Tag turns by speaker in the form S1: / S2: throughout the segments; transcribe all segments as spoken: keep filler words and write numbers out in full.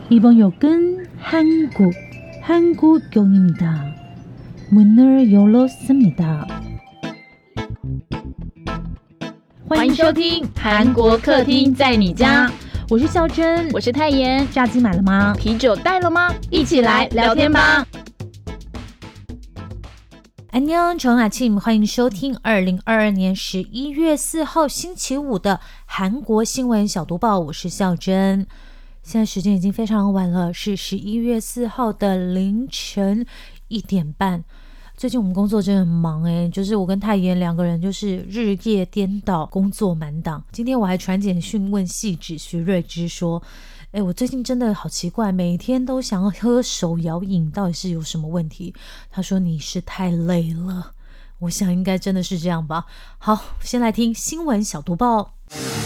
S1: 이번 역은 한국, 한국역입니다. 문을 열었습니다.
S2: 欢迎收听韩国客厅在你家，
S1: 我是孝珍，
S2: 我是泰妍。
S1: 炸鸡买了吗？
S2: 啤酒带了吗？一起来聊天吧。
S1: 安妞，从阿庆，欢迎收听二零二二年十一月四号星期五的韩国新闻小读报，我是孝珍。现在时间已经非常晚了，是十一月四号的凌晨一点半。最近我们工作真的很忙诶，就是我跟泰妍两个人就是日夜颠倒，工作满档。今天我还传简讯问细致徐瑞之说，诶，我最近真的好奇怪，每天都想要喝手摇饮，到底是有什么问题？他说你是太累了，我想应该真的是这样吧。好，先来听新闻小读报。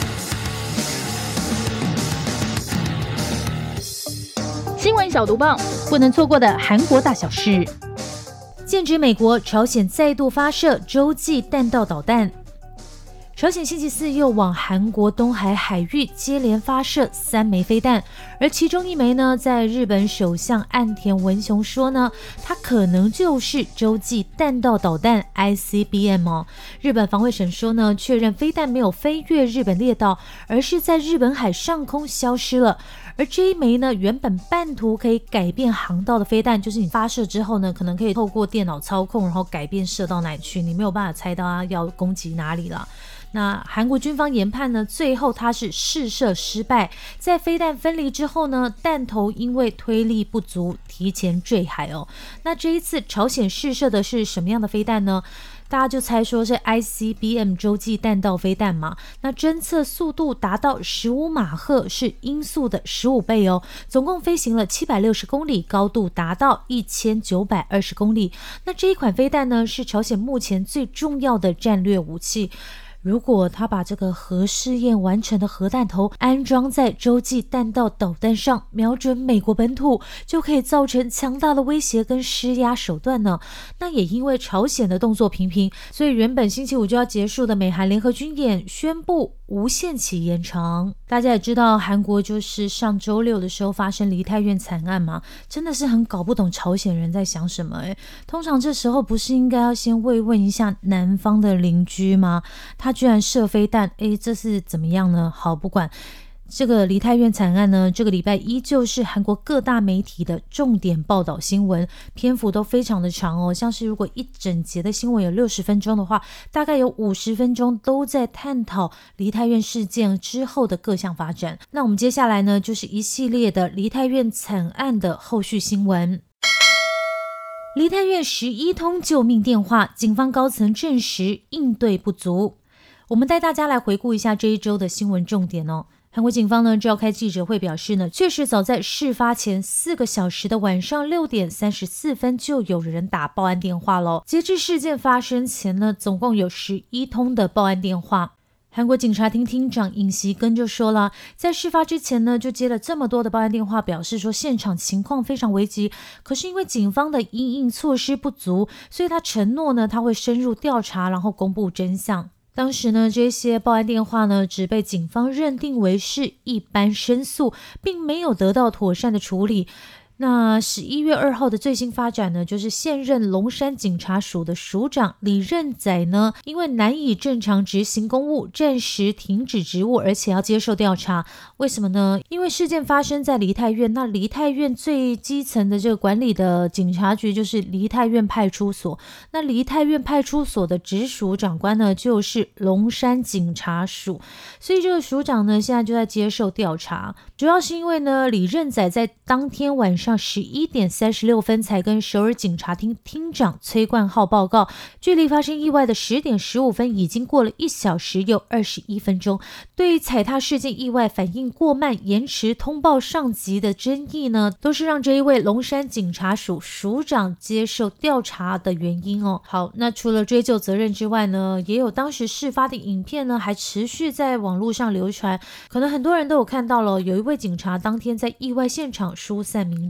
S2: 新闻小读报，
S1: 不能错过的韩国大小事。剑指美国，朝鲜再度发射洲际弹道导弹。朝鲜星期四又往韩国东海海域接连发射三枚飞弹，而其中一枚呢，在日本首相岸田文雄说呢，它可能就是洲际弹道导弹 I C B M 哦。日本防卫省说呢，确认飞弹没有飞越日本列岛，而是在日本海上空消失了。而这一枚呢，原本半途可以改变航道的飞弹，就是你发射之后呢，可能可以透过电脑操控，然后改变射到哪里去，你没有办法猜到它要攻击哪里了。那韩国军方研判呢，最后它是试射失败，在飞弹分离之后呢，弹头因为推力不足提前坠海哦。那这一次朝鲜试射的是什么样的飞弹呢？大家就猜说是 I C B M 洲际弹道飞弹嘛，那侦测速度达到十五马赫，是音速的十五倍哦，总共飞行了七百六十公里，高度达到一千九百二十公里。那这一款飞弹呢，是朝鲜目前最重要的战略武器。如果他把这个核试验完成的核弹头安装在洲际弹道导弹上，瞄准美国本土，就可以造成强大的威胁跟施压手段呢。那也因为朝鲜的动作频频，所以原本星期五就要结束的美韩联合军演宣布无限期延长。大家也知道，韩国就是上周六的时候发生梨泰院惨案嘛，真的是很搞不懂朝鲜人在想什么诶。通常这时候不是应该要先慰问一下南方的邻居吗？他居然射飞弹，诶，这是怎么样呢？好，不管这个梨泰院惨案呢，这个礼拜依旧是韩国各大媒体的重点报道新闻，篇幅都非常的长哦。像是如果一整节的新闻有六十分钟的话，大概有五十分钟都在探讨梨泰院事件之后的各项发展。那我们接下来呢，就是一系列的梨泰院惨案的后续新闻。梨泰院十一通救命电话，警方高层证实应对不足。我们带大家来回顾一下这一周的新闻重点哦。韩国警方呢召开记者会表示呢，确实早在事发前四个小时的晚上六点三十四分就有人打报案电话咯。截至事件发生前呢，总共有十一通的报案电话。韩国警察厅厅长尹锡根就说了，在事发之前呢，就接了这么多的报案电话，表示说现场情况非常危急，可是因为警方的因应措施不足，所以他承诺呢，他会深入调查，然后公布真相。当时呢，这些报案电话呢，只被警方认定为是一般申诉，并没有得到妥善的处理。那十一月二号的最新发展呢，就是现任龙山警察署的署长李任宰呢，因为难以正常执行公务，暂时停止职务，而且要接受调查。为什么呢？因为事件发生在梨泰院，那梨泰院最基层的这个管理的警察局就是梨泰院派出所，那梨泰院派出所的直属长官呢，就是龙山警察署，所以这个署长呢，现在就在接受调查。主要是因为呢，李任宰在当天晚上十一点三十六分才跟首尔警察厅厅长崔冠浩报告，距离发生意外的十点十五分已经过了一小时又二十一分钟。对于踩踏事件意外反应过慢、延迟通报上级的争议呢，都是让这一位龙山警察署署长接受调查的原因哦。好，那除了追究责任之外呢，也有当时事发的影片呢，还持续在网络上流传，可能很多人都有看到了，有一位警察当天在意外现场疏散民众。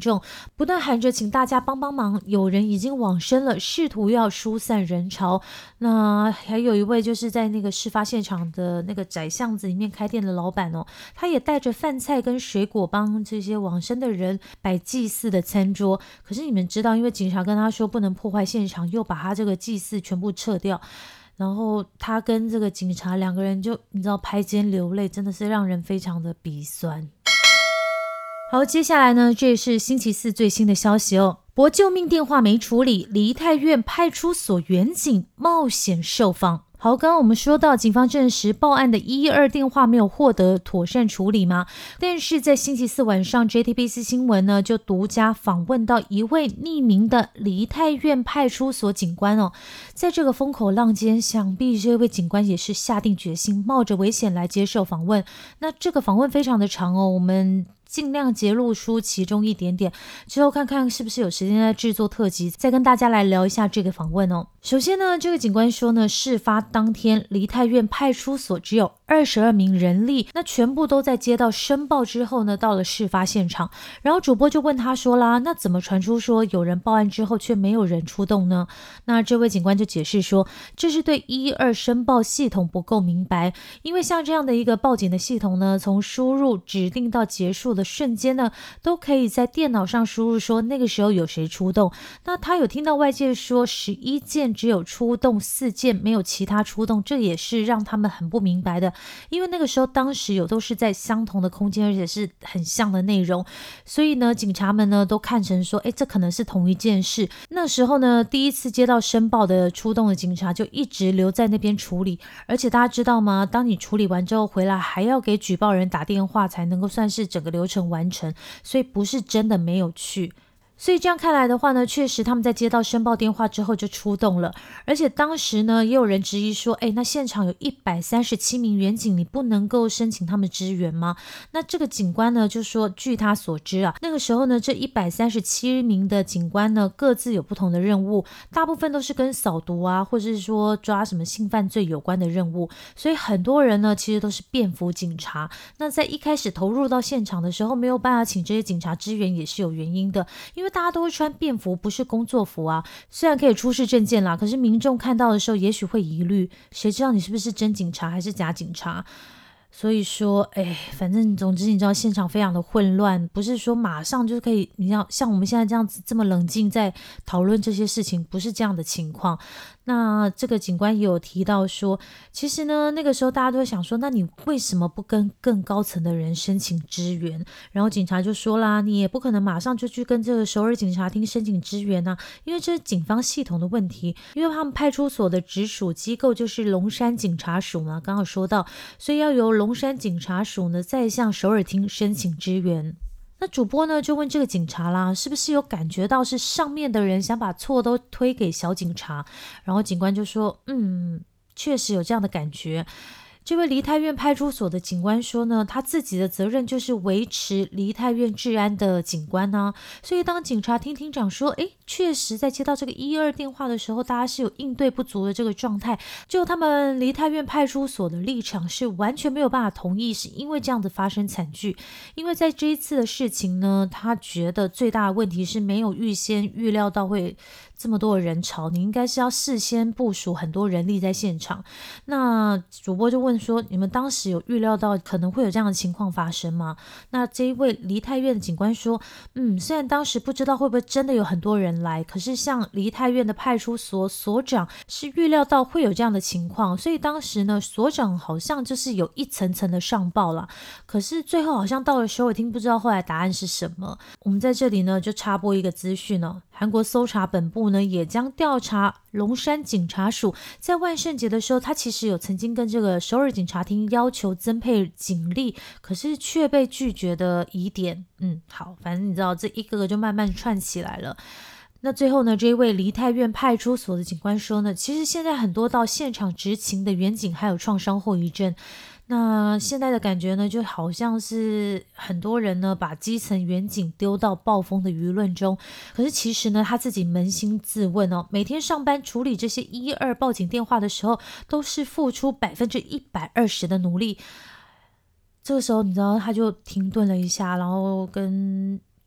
S1: 众，不断喊着请大家帮帮忙，有人已经往生了，试图要疏散人潮。那还有一位就是在那个事发现场的那个窄巷子里面开店的老板哦，他也带着饭菜跟水果帮这些往生的人摆祭祀的餐桌。可是你们知道，因为警察跟他说不能破坏现场，又把他这个祭祀全部撤掉，然后他跟这个警察两个人就你知道拍肩流泪，真的是让人非常的鼻酸。好，接下来呢，这是星期四最新的消息哦。博救命电话没处理，梨泰院派出所员警冒险受访。好，刚刚我们说到警方证实报案的一一二电话没有获得妥善处理吗？但是在星期四晚上 J T B C 新闻呢就独家访问到一位匿名的梨泰院派出所警官哦，在这个风口浪尖，想必这位警官也是下定决心冒着危险来接受访问。那这个访问非常的长哦，我们尽量截录出其中一点点，之后看看是不是有时间再制作特辑，再跟大家来聊一下这个访问哦。首先呢，这个警官说呢，事发当天梨泰院派出所只有二十二名人力，那全部都在接到申报之后呢，到了事发现场。然后主播就问他说啦，那怎么传出说有人报案之后却没有人出动呢？那这位警官就解释说，这是对一一二申报系统不够明白，因为像这样的一个报警的系统呢，从输入指定到结束的瞬间呢，都可以在电脑上输入说那个时候有谁出动。那他有听到外界说十一件只有出动四件，没有其他出动，这也是让他们很不明白的，因为那个时候当时有都是在相同的空间，而且是很像的内容，所以呢警察们呢都看成说诶这可能是同一件事。那时候呢第一次接到申报的出动的警察就一直留在那边处理，而且大家知道吗，当你处理完之后回来还要给举报人打电话才能够算是整个流程完成，所以不是真的没有去。所以这样看来的话呢，确实他们在接到申报电话之后就出动了，而且当时呢也有人质疑说，诶那现场有一百三十七名员警，你不能够申请他们支援吗？那这个警官呢就说，据他所知啊，那个时候呢这一百三十七名的警官呢各自有不同的任务，大部分都是跟扫毒啊或者是说抓什么性犯罪有关的任务，所以很多人呢其实都是便服警察。那在一开始投入到现场的时候没有办法请这些警察支援也是有原因的，因为大家都会穿便服，不是工作服啊。虽然可以出示证件啦，可是民众看到的时候也许会疑虑，谁知道你是不是真警察还是假警察？所以说哎，反正总之你知道现场非常的混乱，不是说马上就可以，你要像我们现在这样子这么冷静在讨论这些事情，不是这样的情况。那这个警官也有提到说，其实呢那个时候大家都会想说，那你为什么不跟更高层的人申请支援？然后警察就说啦，你也不可能马上就去跟这个首尔警察厅申请支援啊，因为这是警方系统的问题，因为他们派出所的直属机构就是龙山警察署嘛，刚好说到，所以要由龙山警察署呢再向首尔厅申请支援。那主播呢就问这个警察啦，是不是有感觉到是上面的人想把错都推给小警察？然后警官就说，嗯，确实有这样的感觉。这位梨泰院派出所的警官说呢，他自己的责任就是维持梨泰院治安的警官啊，所以当警察厅厅长说，诶，确实在接到这个一一二电话的时候，大家是有应对不足的这个状态，就他们梨泰院派出所的立场是完全没有办法同意，是因为这样子发生惨剧。因为在这一次的事情呢，他觉得最大的问题是没有预先预料到会这么多的人潮，你应该是要事先部署很多人力在现场。那主播就问说，你们当时有预料到可能会有这样的情况发生吗？那这一位梨泰院的警官说，嗯，虽然当时不知道会不会真的有很多人来，可是像梨泰院的派出所所长是预料到会有这样的情况，所以当时呢所长好像就是有一层层的上报啦，可是最后好像到了首尔厅，不知道后来答案是什么。我们在这里呢就插播一个资讯哦，韩国搜查本部呢也将调查龙山警察署在万圣节的时候，他其实有曾经跟这个首尔警察厅要求增配警力，可是却被拒绝的疑点。嗯，好，反正你知道这一个个就慢慢串起来了。那最后呢，这一位梨泰院派出所的警官说呢，其实现在很多到现场执勤的员警还有创伤后遗症。那现在的感觉呢，就好像是很多人呢把基层员警丢到暴风的舆论中，可是其实呢他自己扪心自问哦，每天上班处理这些一一二报警电话的时候，都是付出百分之一百二十的努力。这个时候你知道他就停顿了一下，然后跟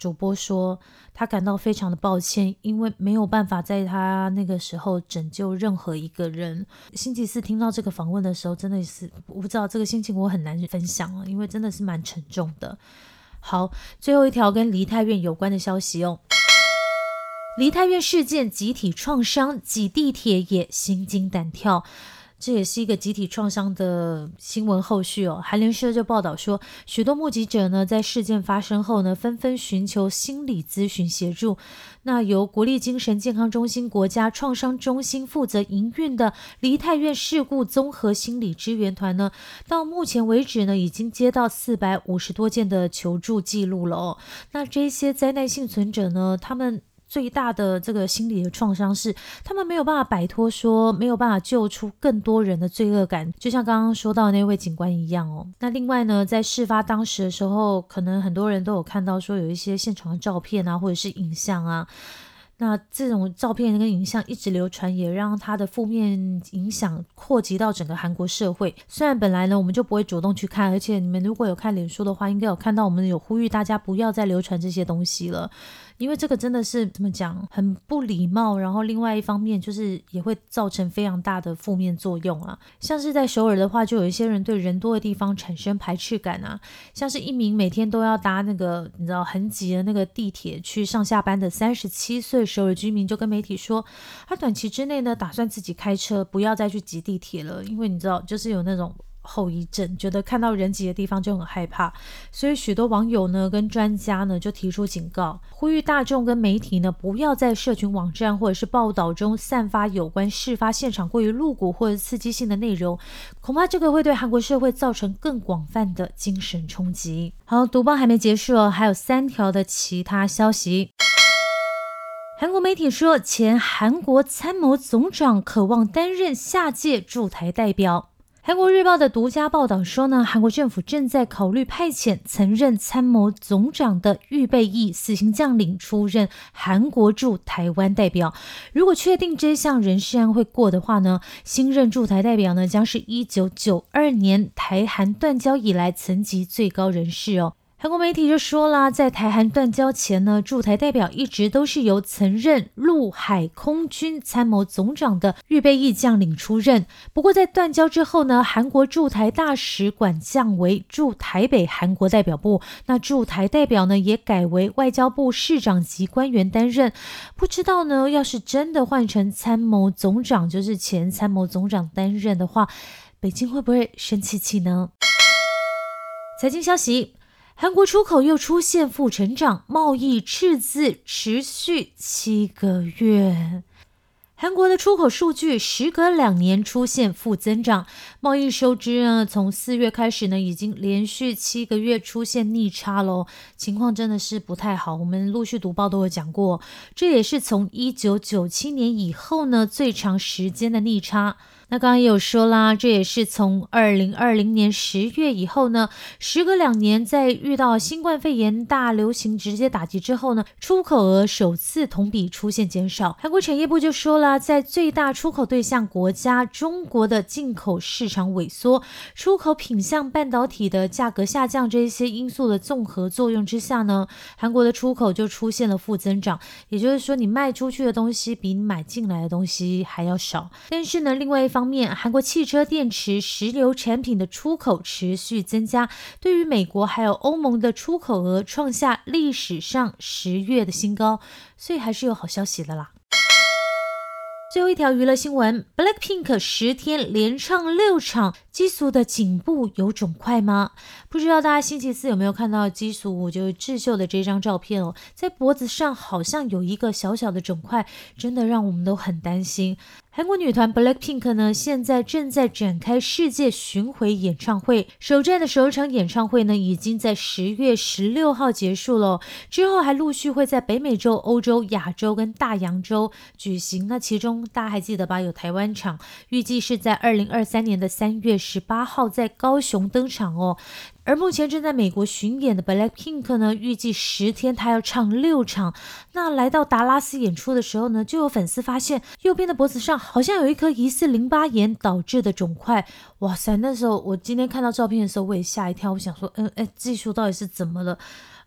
S1: 主播说他感到非常的抱歉，因为没有办法在他那个时候拯救任何一个人。星期四听到这个访问的时候，真的是我不知道这个心情我很难分享了，因为真的是蛮沉重的。好，最后一条跟梨泰院有关的消息哦。梨泰院事件集体创伤，挤地铁也心惊胆跳，这也是一个集体创伤的新闻后续哦。韩联社就报道说，许多目击者呢在事件发生后呢，纷纷寻求心理咨询协助。那由国立精神健康中心国家创伤中心负责营运的梨泰院事故综合心理支援团呢，到目前为止呢，已经接到四百五十多件的求助记录了哦。那这些灾难幸存者呢，他们最大的这个心理的创伤是他们没有办法摆脱说没有办法救出更多人的罪恶感，就像刚刚说到的那位警官一样哦。那另外呢，在事发当时的时候，可能很多人都有看到说有一些现场的照片啊，或者是影像啊，那这种照片跟影像一直流传，也让它的负面影响扩及到整个韩国社会。虽然本来呢我们就不会主动去看，而且你们如果有看脸书的话，应该有看到我们有呼吁大家不要再流传这些东西了，因为这个真的是怎么讲，很不礼貌，然后另外一方面就是也会造成非常大的负面作用啊。像是在首尔的话，就有一些人对人多的地方产生排斥感啊，像是一名每天都要搭那个你知道很挤的那个地铁去上下班的三十七岁首尔居民就跟媒体说，他短期之内呢打算自己开车，不要再去挤地铁了，因为你知道就是有那种后遗症，觉得看到人挤的地方就很害怕。所以许多网友呢跟专家呢就提出警告，呼吁大众跟媒体呢不要在社群网站或者是报道中散发有关事发现场过于露骨或者刺激性的内容，恐怕这个会对韩国社会造成更广泛的精神冲击。好，读报还没结束哦，还有三条的其他消息。韩国媒体说，前韩国参谋总长渴望担任下届驻台代表。韩国日报的独家报道说呢，韩国政府正在考虑派遣曾任参谋总长的预备役死刑将领出任韩国驻台湾代表。如果确定这项人事案会过的话呢，新任驻台代表呢将是一九九二年台韩断交以来层级最高人士哦。韩国媒体就说啦，在台韩断交前呢，驻台代表一直都是由曾任陆海空军参谋总长的预备役将领出任。不过在断交之后呢，韩国驻台大使馆降为驻台北韩国代表部，那驻台代表呢也改为外交部市长级官员担任。不知道呢，要是真的换成参谋总长，就是前参谋总长担任的话，北京会不会生气气呢？财经消息，韩国出口又出现负成长，贸易赤字持续七个月。韩国的出口数据时隔两年出现负增长，贸易收支呢从四月开始呢已经连续七个月出现逆差咯，情况真的是不太好。我们陆续读报都有讲过，这也是从一九九七年以后呢最长时间的逆差。那刚刚也有说啦，这也是从二零二零年十月以后呢，时隔两年，在遇到新冠肺炎大流行直接打击之后呢，出口额首次同比出现减少。韩国产业部就说啦，在最大出口对象国家中国的进口市场萎缩、出口品项半导体的价格下降这些因素的综合作用之下呢，韩国的出口就出现了负增长。也就是说，你卖出去的东西比你买进来的东西还要少。但是呢，另外一方面，方面，韩国汽车电池、石油产品的出口持续增加，对于美国还有欧盟的出口额创下历史上十月的新高，所以还是有好消息的啦。最后一条娱乐新闻 ，Blackpink 十天连唱六场，基础的颈部有肿块吗？不知道大家星期四有没有看到基础就是智秀的这张照片哦，在脖子上好像有一个小小的肿块，真的让我们都很担心。韩国女团 Blackpink 呢，现在正在展开世界巡回演唱会，首站的首场演唱会呢，已经在十月十六号结束了，之后还陆续会在北美洲、欧洲、亚洲跟大洋洲举行。那其中大家还记得吧？有台湾场，预计是在二零二三年的三月十八号在高雄登场哦。而目前正在美国巡演的 Blackpink 呢，预计十天他要唱六场。那来到达拉斯演出的时候呢，就有粉丝发现右边的脖子上好像有一颗疑似淋巴炎导致的肿块。哇塞，那时候我今天看到照片的时候我也吓一跳，我想说，嗯，哎，技术到底是怎么了？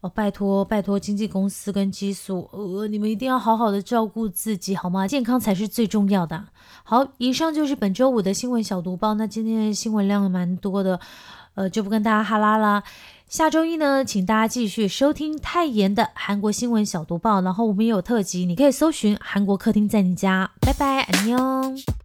S1: 哦，拜托拜托，经纪公司跟激素，呃，你们一定要好好的照顾自己好吗？健康才是最重要的。好，以上就是本周五的新闻小读报。那今天的新闻量蛮多的，呃，就不跟大家哈拉啦。下周一呢，请大家继续收听泰妍的韩国新闻小读报，然后我们也有特辑，你可以搜寻韩国客厅在你家。拜拜，安妞。